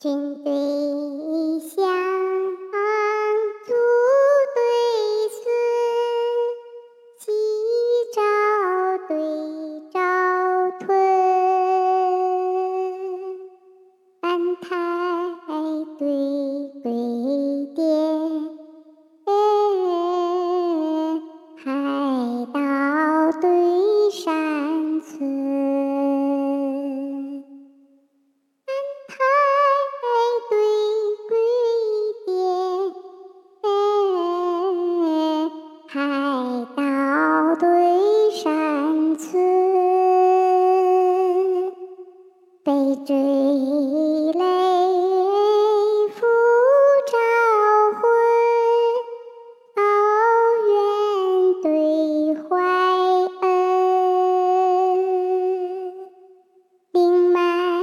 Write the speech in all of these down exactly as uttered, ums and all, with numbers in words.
君对象，猪对孙，夕照对照屯，安泰对归殿，海岛对山村。对山村，北追雷，复招魂，高原对怀恩，灵脉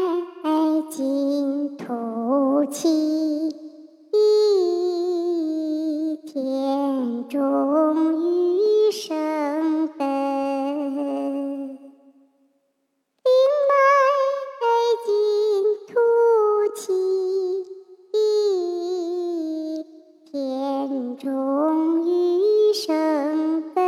金土气，天中雨生根，灵脉金土气，天中雨生根。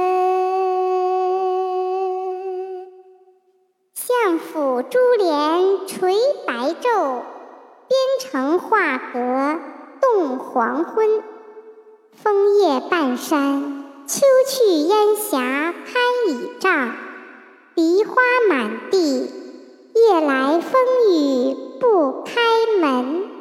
相府珠帘垂白昼，边城画阁动黄昏。枫叶半山，秋去烟霞开倚杖，梨花满地，夜来风雨不开门。